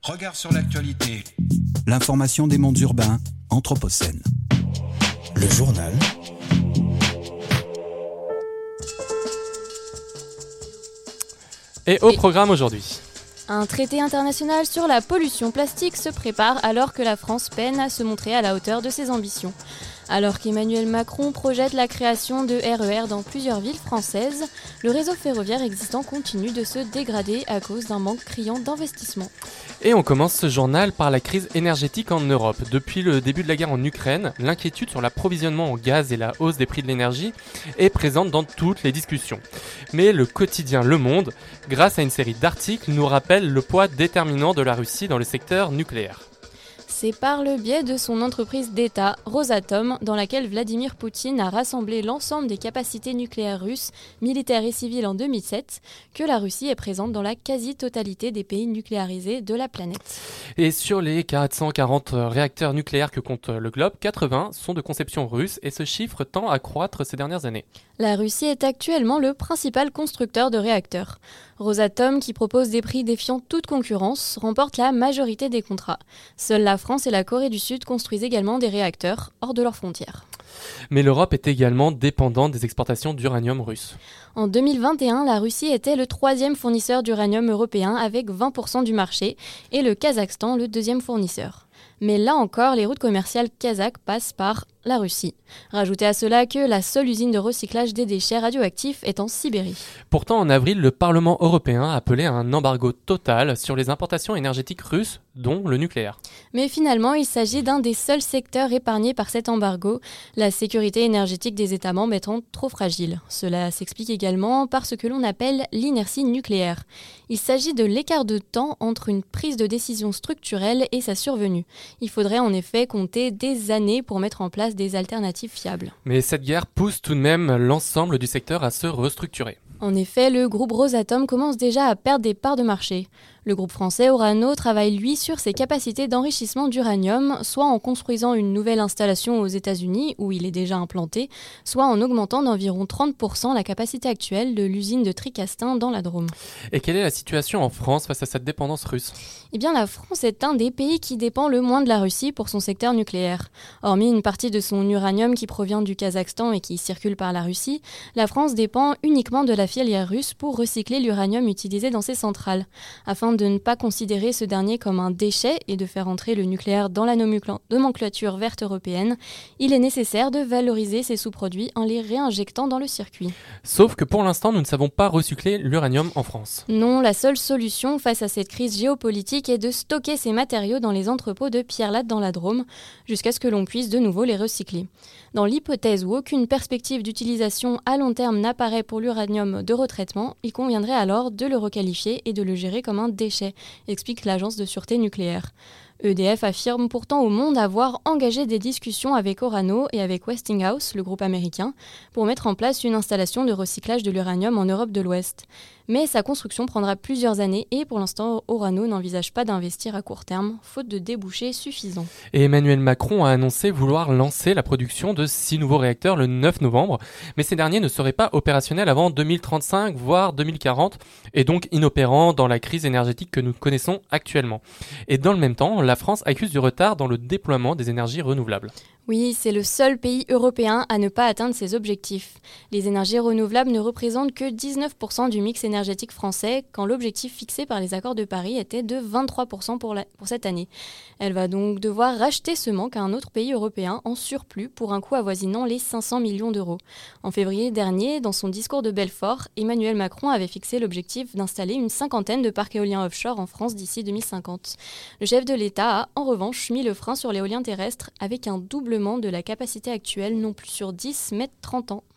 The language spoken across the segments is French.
Regard sur l'actualité. L'information des mondes urbains, Anthropocène. Le journal. Et au programme aujourd'hui. Un traité international sur la pollution plastique se prépare alors que la France peine à se montrer à la hauteur de ses ambitions. Alors qu'Emmanuel Macron projette la création de RER dans plusieurs villes françaises, le réseau ferroviaire existant continue de se dégrader à cause d'un manque criant d'investissement. Et on commence ce journal par la crise énergétique en Europe. Depuis le début de la guerre en Ukraine, l'inquiétude sur l'approvisionnement en gaz et la hausse des prix de l'énergie est présente dans toutes les discussions. Mais le quotidien Le Monde, grâce à une série d'articles, nous rappelle le poids déterminant de la Russie dans le secteur nucléaire. C'est par le biais de son entreprise d'État, Rosatom, dans laquelle Vladimir Poutine a rassemblé l'ensemble des capacités nucléaires russes, militaires et civiles en 2007, que la Russie est présente dans la quasi-totalité des pays nucléarisés de la planète. Et sur les 440 réacteurs nucléaires que compte le globe, 80 sont de conception russe et ce chiffre tend à croître ces dernières années. La Russie est actuellement le principal constructeur de réacteurs. Rosatom, qui propose des prix défiant toute concurrence, remporte la majorité des contrats. Seule la France et la Corée du Sud construisent également des réacteurs hors de leurs frontières. Mais l'Europe est également dépendante des exportations d'uranium russe. En 2021, la Russie était le 3e fournisseur d'uranium européen avec 20% du marché et le Kazakhstan le 2e fournisseur. Mais là encore, les routes commerciales kazakhes passent par la Russie. Rajoutez à cela que la seule usine de recyclage des déchets radioactifs est en Sibérie. Pourtant, en avril, le Parlement européen a appelé à un embargo total sur les importations énergétiques russes, dont le nucléaire. Mais finalement, il s'agit d'un des seuls secteurs épargnés par cet embargo, la sécurité énergétique des États membres étant trop fragile. Cela s'explique également par ce que l'on appelle l'inertie nucléaire. Il s'agit de l'écart de temps entre une prise de décision structurelle et sa survenue. Il faudrait en effet compter des années pour mettre en place des alternatives fiables. Mais cette guerre pousse tout de même l'ensemble du secteur à se restructurer. En effet, le groupe Rosatom commence déjà à perdre des parts de marché. Le groupe français Orano travaille lui sur ses capacités d'enrichissement d'uranium, soit en construisant une nouvelle installation aux États-Unis où il est déjà implanté, soit en augmentant d'environ 30% la capacité actuelle de l'usine de Tricastin dans la Drôme. Et quelle est la situation en France face à cette dépendance russe ? Eh bien, la France est un des pays qui dépend le moins de la Russie pour son secteur nucléaire. Hormis une partie de son uranium qui provient du Kazakhstan et qui circule par la Russie, la France dépend uniquement de la filière russe pour recycler l'uranium utilisé dans ses centrales. Afin de ne pas considérer ce dernier comme un déchet et de faire entrer le nucléaire dans la nomenclature verte européenne, il est nécessaire de valoriser ces sous-produits en les réinjectant dans le circuit. Sauf que pour l'instant, nous ne savons pas recycler l'uranium en France. Non, la seule solution face à cette crise géopolitique est de stocker ces matériaux dans les entrepôts de Pierrelatte dans la Drôme, jusqu'à ce que l'on puisse de nouveau les recycler. Dans l'hypothèse où aucune perspective d'utilisation à long terme n'apparaît pour l'uranium de retraitement, il conviendrait alors de le requalifier et de le gérer comme un déchet, explique l'Agence de sûreté nucléaire. EDF affirme pourtant au Monde avoir engagé des discussions avec Orano et avec Westinghouse, le groupe américain, pour mettre en place une installation de recyclage de l'uranium en Europe de l'Ouest. Mais sa construction prendra plusieurs années et pour l'instant, Orano n'envisage pas d'investir à court terme, faute de débouchés suffisants. Et Emmanuel Macron a annoncé vouloir lancer la production de 6 nouveaux réacteurs le 9 novembre, mais ces derniers ne seraient pas opérationnels avant 2035, voire 2040, et donc inopérants dans la crise énergétique que nous connaissons actuellement. Et dans le même temps, la France accuse du retard dans le déploiement des énergies renouvelables. Oui, c'est le seul pays européen à ne pas atteindre ses objectifs. Les énergies renouvelables ne représentent que 19% du mix énergétique français, quand l'objectif fixé par les accords de Paris était de 23% pour cette année. Elle va donc devoir racheter ce manque à un autre pays européen en surplus pour un coût avoisinant les 500 millions d'euros. En février dernier, dans son discours de Belfort, Emmanuel Macron avait fixé l'objectif d'installer une 50aine de parcs éoliens offshore en France d'ici 2050. Le chef de l'État a, en revanche, mis le frein sur l'éolien terrestre avec un doublement de la capacité actuelle, non plus sur 10, mais 30 ans.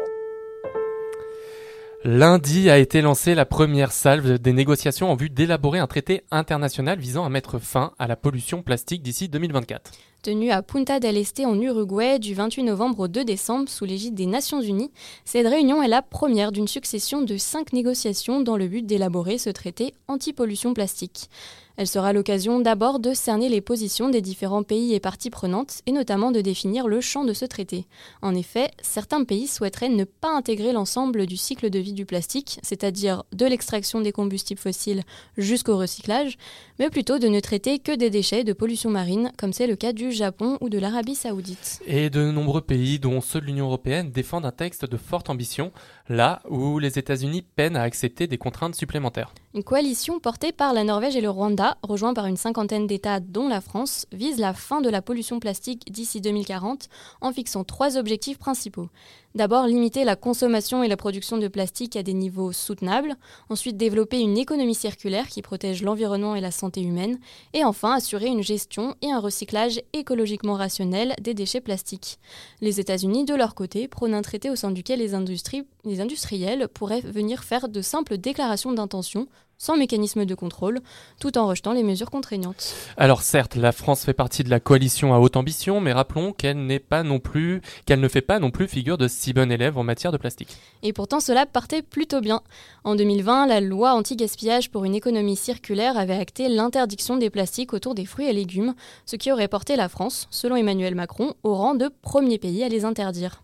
Lundi a été lancée la première salve des négociations en vue d'élaborer un traité international visant à mettre fin à la pollution plastique d'ici 2024. tenue à Punta del Este en Uruguay du 28 novembre au 2 décembre sous l'égide des Nations Unies. Cette réunion est la première d'une succession de 5 négociations dans le but d'élaborer ce traité anti-pollution plastique. Elle sera l'occasion d'abord de cerner les positions des différents pays et parties prenantes et notamment de définir le champ de ce traité. En effet, certains pays souhaiteraient ne pas intégrer l'ensemble du cycle de vie du plastique, c'est-à-dire de l'extraction des combustibles fossiles jusqu'au recyclage, mais plutôt de ne traiter que des déchets de pollution marine, comme c'est le cas du Japon ou de l'Arabie Saoudite. Et de nombreux pays, dont ceux de l'Union européenne, défendent un texte de forte ambition, là où les États-Unis peinent à accepter des contraintes supplémentaires. Une coalition portée par la Norvège et le Rwanda, rejoint par une cinquantaine d'États dont la France, vise la fin de la pollution plastique d'ici 2040 en fixant 3 objectifs principaux. D'abord, limiter la consommation et la production de plastique à des niveaux soutenables. Ensuite, développer une économie circulaire qui protège l'environnement et la santé humaine. Et enfin, assurer une gestion et un recyclage écologiquement rationnel des déchets plastiques. Les États-Unis, de leur côté, prônent un traité au sein duquel les industriels pourraient venir faire de simples déclarations d'intention, sans mécanisme de contrôle, tout en rejetant les mesures contraignantes. Alors certes, la France fait partie de la coalition à haute ambition, mais rappelons qu'elle ne fait pas non plus figure de si bonne élève en matière de plastique. Et pourtant, cela partait plutôt bien. En 2020, la loi anti-gaspillage pour une économie circulaire avait acté l'interdiction des plastiques autour des fruits et légumes, ce qui aurait porté la France, selon Emmanuel Macron, au rang de premier pays à les interdire.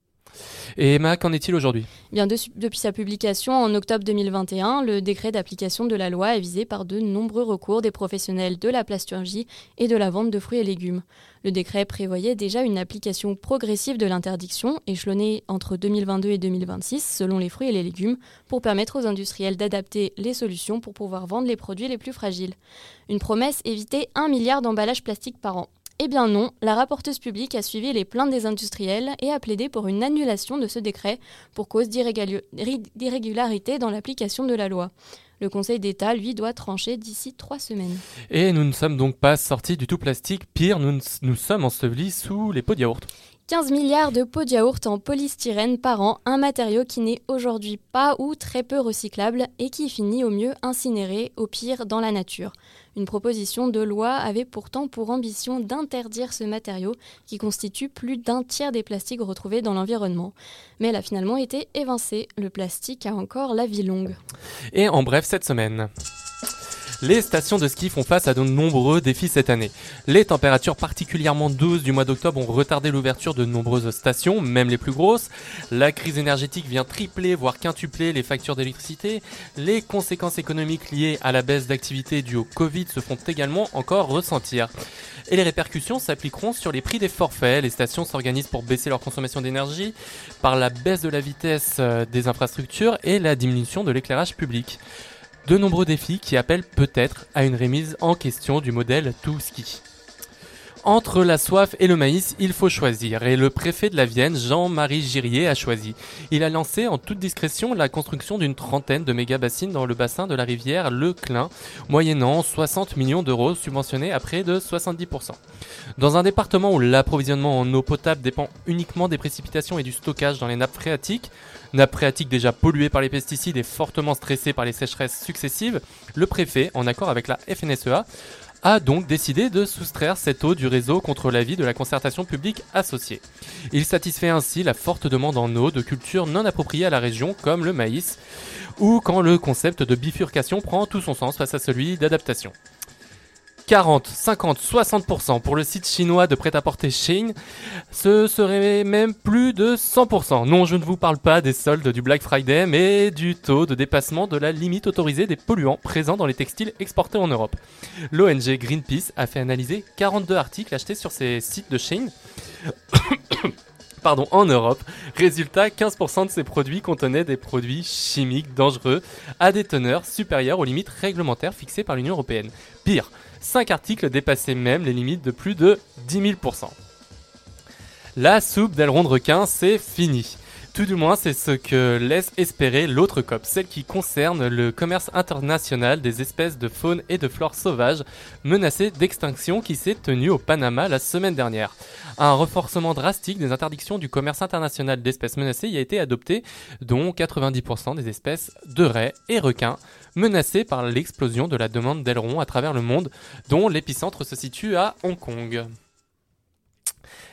Et Emma, qu'en est-il aujourd'hui ? Bien, depuis sa publication en octobre 2021, le décret d'application de la loi est visé par de nombreux recours des professionnels de la plasturgie et de la vente de fruits et légumes. Le décret prévoyait déjà une application progressive de l'interdiction, échelonnée entre 2022 et 2026 selon les fruits et les légumes, pour permettre aux industriels d'adapter les solutions pour pouvoir vendre les produits les plus fragiles. Une promesse, éviter 1 milliard d'emballages plastiques par an. Eh bien non, la rapporteuse publique a suivi les plaintes des industriels et a plaidé pour une annulation de ce décret pour cause d'irrégularité dans l'application de la loi. Le Conseil d'État, lui, doit trancher d'ici 3 semaines. Et nous ne sommes donc pas sortis du tout plastique, pire, nous sommes ensevelis sous les pots de yaourt. 15 milliards de pots de yaourt en polystyrène par an, un matériau qui n'est aujourd'hui pas ou très peu recyclable et qui finit au mieux incinéré, au pire dans la nature. Une proposition de loi avait pourtant pour ambition d'interdire ce matériau qui constitue plus d'un tiers des plastiques retrouvés dans l'environnement. Mais elle a finalement été évincée. Le plastique a encore la vie longue. Et en bref, cette semaine, les stations de ski font face à de nombreux défis cette année. Les températures particulièrement douces du mois d'octobre ont retardé l'ouverture de nombreuses stations, même les plus grosses. La crise énergétique vient tripler, voire quintupler les factures d'électricité. Les conséquences économiques liées à la baisse d'activité due au Covid se font également encore ressentir. Et les répercussions s'appliqueront sur les prix des forfaits. Les stations s'organisent pour baisser leur consommation d'énergie par la baisse de la vitesse des infrastructures et la diminution de l'éclairage public. De nombreux défis qui appellent peut-être à une remise en question du modèle tout ski. Entre la soif et le maïs, il faut choisir. Et le préfet de la Vienne, Jean-Marie Girier, a choisi. Il a lancé en toute discrétion la construction d'une trentaine de méga-bassines dans le bassin de la rivière Le Clin, moyennant 60 millions d'euros subventionnés à près de 70%. Dans un département où l'approvisionnement en eau potable dépend uniquement des précipitations et du stockage dans les nappes phréatiques déjà polluées par les pesticides et fortement stressées par les sécheresses successives, le préfet, en accord avec la FNSEA, a donc décidé de soustraire cette eau du réseau contre l'avis de la concertation publique associée. Il satisfait ainsi la forte demande en eau de cultures non appropriées à la région comme le maïs, ou quand le concept de bifurcation prend tout son sens face à celui d'adaptation. 40, 50, 60% pour le site chinois de prêt-à-porter Shein, ce serait même plus de 100%. Non, je ne vous parle pas des soldes du Black Friday, mais du taux de dépassement de la limite autorisée des polluants présents dans les textiles exportés en Europe. L'ONG Greenpeace a fait analyser 42 articles achetés sur ces sites de Shein en Europe. Résultat, 15% de ces produits contenaient des produits chimiques dangereux à des teneurs supérieures aux limites réglementaires fixées par l'Union européenne. Pire, 5 articles dépassaient même les limites de plus de 10 000%. La soupe d'aileron de requin, c'est fini. Tout du moins, c'est ce que laisse espérer l'autre COP, celle qui concerne le commerce international des espèces de faune et de flore sauvages menacées d'extinction qui s'est tenue au Panama la semaine dernière. Un renforcement drastique des interdictions du commerce international d'espèces menacées y a été adopté, dont 90% des espèces de raies et requins menacées par l'explosion de la demande d'ailerons à travers le monde, dont l'épicentre se situe à Hong Kong.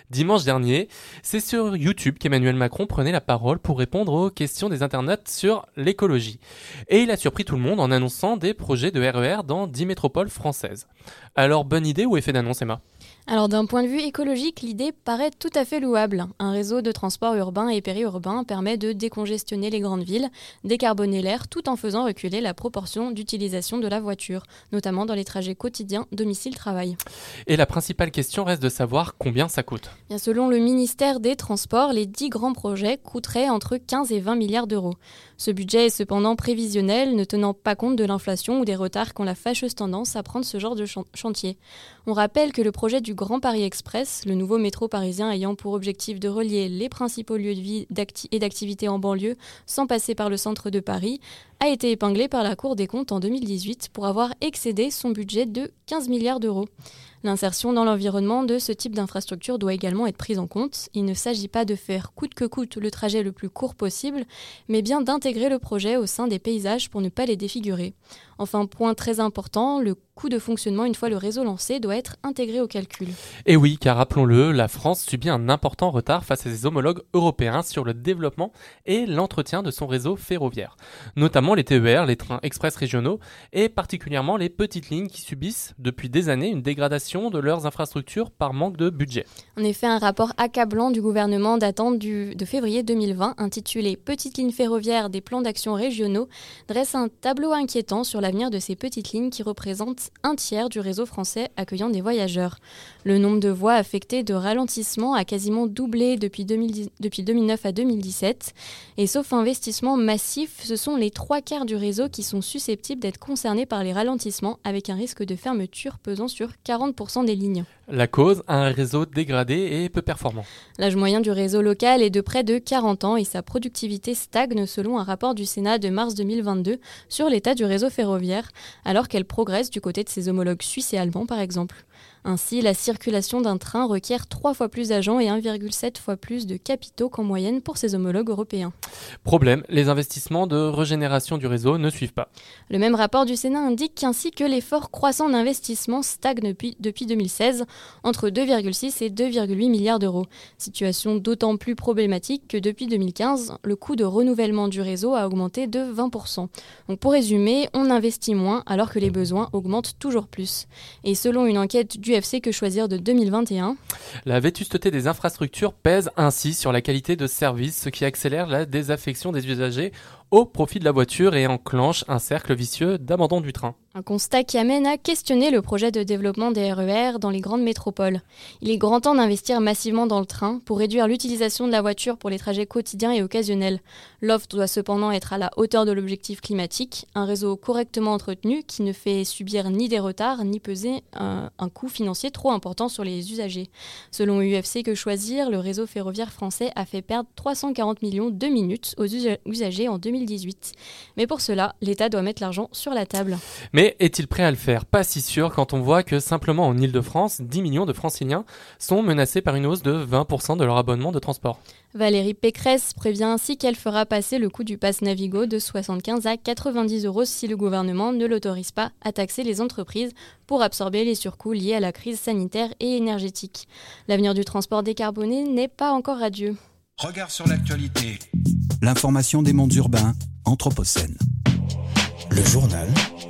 Dimanche dernier, c'est sur YouTube qu'Emmanuel Macron prenait la parole pour répondre aux questions des internautes sur l'écologie. Et il a surpris tout le monde en annonçant des projets de RER dans 10 métropoles françaises. Alors, bonne idée ou effet d'annonce, Emma ? Alors d'un point de vue écologique, l'idée paraît tout à fait louable. Un réseau de transport urbain et périurbain permet de décongestionner les grandes villes, décarboner l'air tout en faisant reculer la proportion d'utilisation de la voiture, notamment dans les trajets quotidiens domicile-travail. Et la principale question reste de savoir combien ça coûte. Bien, selon le ministère des Transports, les 10 grands projets coûteraient entre 15 et 20 milliards d'euros. Ce budget est cependant prévisionnel, ne tenant pas compte de l'inflation ou des retards qu'ont la fâcheuse tendance à prendre ce genre de chantier. On rappelle que le projet du Grand Paris Express, le nouveau métro parisien ayant pour objectif de relier les principaux lieux de vie et d'activité en banlieue sans passer par le centre de Paris, a été épinglé par la Cour des comptes en 2018 pour avoir excédé son budget de 15 milliards d'euros. L'insertion dans l'environnement de ce type d'infrastructure doit également être prise en compte. Il ne s'agit pas de faire coûte que coûte le trajet le plus court possible, mais bien d'intégrer le projet au sein des paysages pour ne pas les défigurer. Enfin, point très important, le coût de fonctionnement une fois le réseau lancé doit être intégré au calcul. Et oui, car rappelons-le, la France subit un important retard face à ses homologues européens sur le développement et l'entretien de son réseau ferroviaire, notamment les TER, les trains express régionaux et particulièrement les petites lignes qui subissent depuis des années une dégradation de leurs infrastructures par manque de budget. En effet, un rapport accablant du gouvernement datant de février 2020 intitulé « Petites lignes ferroviaires des plans d'action régionaux » dresse un tableau inquiétant sur l'avenir de ces petites lignes qui représentent un tiers du réseau français accueillant des voyageurs. Le nombre de voies affectées de ralentissement a quasiment doublé depuis 2009 à 2017 et sauf investissement massif, ce sont les 3/4 du réseau qui sont susceptibles d'être concernés par les ralentissements avec un risque de fermeture pesant sur 40% des lignes. La cause, un réseau dégradé et peu performant. L'âge moyen du réseau local est de près de 40 ans et sa productivité stagne selon un rapport du Sénat de mars 2022 sur l'état du réseau ferroviaire, alors qu'elle progresse du côté de ses homologues suisses et allemands par exemple. Ainsi, la circulation d'un train requiert 3 fois plus d'agents et 1,7 fois plus de capitaux qu'en moyenne pour ses homologues européens. Problème, les investissements de régénération du réseau ne suivent pas. Le même rapport du Sénat indique ainsi que l'effort croissant d'investissement stagne depuis 2016, entre 2,6 et 2,8 milliards d'euros. Situation d'autant plus problématique que depuis 2015, le coût de renouvellement du réseau a augmenté de 20%. Donc pour résumer, on investit moins alors que les besoins augmentent toujours plus. Et selon une enquête du UFC Que Choisir de 2021, la vétusteté des infrastructures pèse ainsi sur la qualité de service, ce qui accélère la désaffection des usagers au profit de la voiture et enclenche un cercle vicieux d'abandon du train. Un constat qui amène à questionner le projet de développement des RER dans les grandes métropoles. Il est grand temps d'investir massivement dans le train pour réduire l'utilisation de la voiture pour les trajets quotidiens et occasionnels. L'offre doit cependant être à la hauteur de l'objectif climatique, un réseau correctement entretenu qui ne fait subir ni des retards ni peser un coût financier trop important sur les usagers. Selon UFC Que Choisir, le réseau ferroviaire français a fait perdre 340 millions de minutes aux usagers en 2018. Mais pour cela, l'État doit mettre l'argent sur la table. Mais est-il prêt à le faire ? Pas si sûr quand on voit que simplement en Île-de-France, 10 millions de franciliens sont menacés par une hausse de 20% de leur abonnement de transport. Valérie Pécresse prévient ainsi qu'elle fera passer le coût du pass Navigo de 75 à 90 € si le gouvernement ne l'autorise pas à taxer les entreprises pour absorber les surcoûts liés à la crise sanitaire et énergétique. L'avenir du transport décarboné n'est pas encore radieux. Regard sur l'actualité. L'information des mondes urbains, Anthropocène. Le journal